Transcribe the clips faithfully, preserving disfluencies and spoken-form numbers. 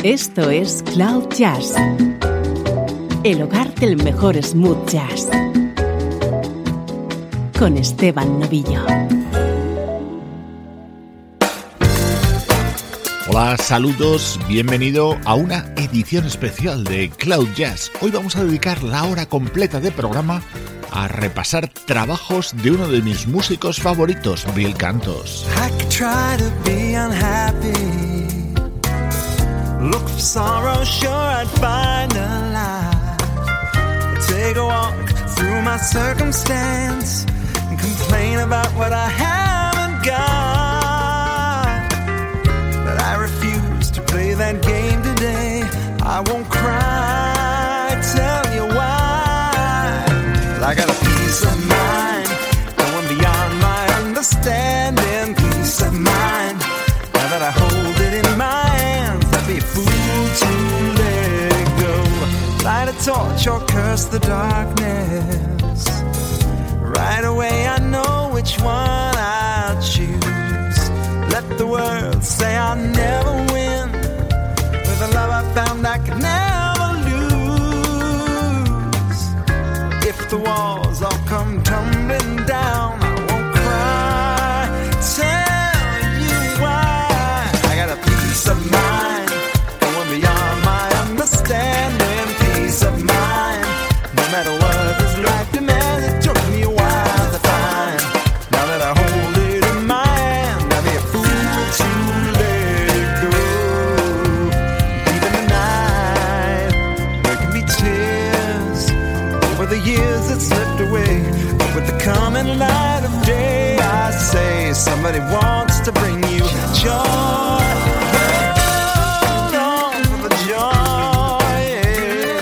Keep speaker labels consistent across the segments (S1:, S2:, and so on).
S1: Esto es Cloud Jazz, el hogar del mejor smooth jazz, con Esteban Novillo.
S2: Hola, saludos, bienvenido a una edición especial de Cloud Jazz. Hoy vamos a dedicar la hora completa de programa a repasar trabajos de uno de mis músicos favoritos, Bill Cantos.
S3: I could try to be unhappy, look for sorrow, sure I'd find a lie, take a walk through my circumstance and complain about what I haven't got, but I refuse to play that game today. I won't cry, tell you why. I got a peace of mind, going beyond my understanding. Peace of mind, now that I hold it in my hands, I'd be a fool to let it go. Light a torch or curse the darkness, right away I know which one I'll choose. Let the world say I'll never win, with the love I found I could never lose. If the walls all come tumbling down, I won't cry, tell you why. I got a peace of mind, going beyond my understanding. Peace of mind, no matter what this life demands. It took me a while to find. Now that I hold it in my hand, I'd be a fool to let it go. Deep in the night, there can be tears over the years that slipped away. But with the coming light of day, I say somebody wants to bring you joy. Hold on for the joy, yeah.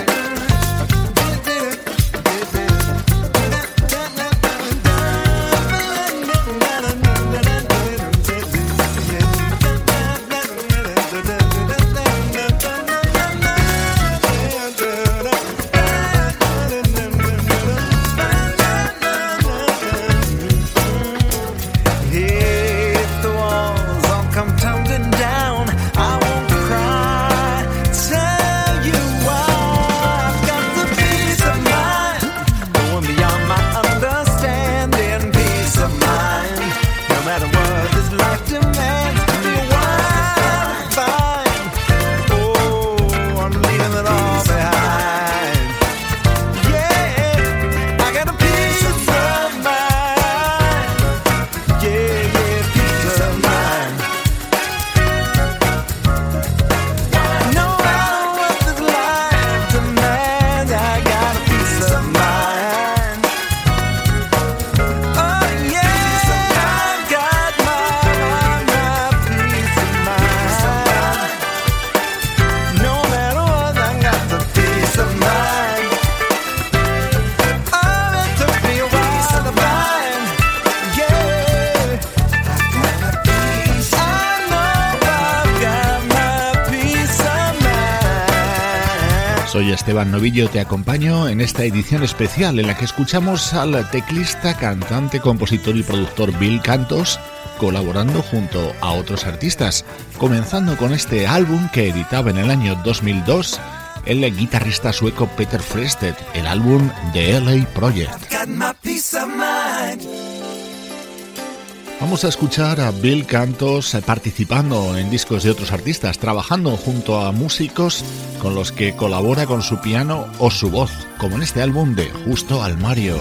S3: If the walls all come tumbling down, I won't cry, tell you why. I've got the peace of mind, going beyond my understanding. Peace of mind, no matter what this life demands. Give me a while to find. Oh, I'm leaving it all behind. Yeah, I got a peace of mind. Yeah, yeah, peace of mind. No matter what this life demands, I got a peace of mind. Oh yeah, I got my, my peace of mind. No matter what, I got the peace of mind. Oh, it took me a while to find. Yeah, I got a peace. I know I've got my peace of mind.
S2: Soy Esteban Novillo, te acompaño en esta edición especial en la que escuchamos al teclista, cantante, compositor y productor Bill Cantos colaborando junto a otros artistas, comenzando con este álbum que editaba en el año dos mil dos el guitarrista sueco Peter Frested, el álbum The L A Project.
S3: Got my peace of mind.
S2: Vamos a escuchar a Bill Cantos eh, participando en discos de otros artistas, trabajando junto a músicos con los que colabora con su piano o su voz, como en este álbum de Justo al Mario.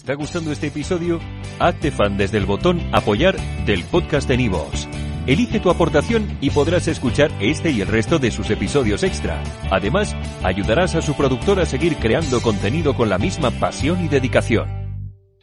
S4: está gustando este episodio? Hazte fan desde el botón Apoyar del podcast de Nivos. Elige tu aportación y podrás escuchar este y el resto de sus episodios extra. Además, ayudarás a su productor a seguir creando contenido con la misma pasión y dedicación.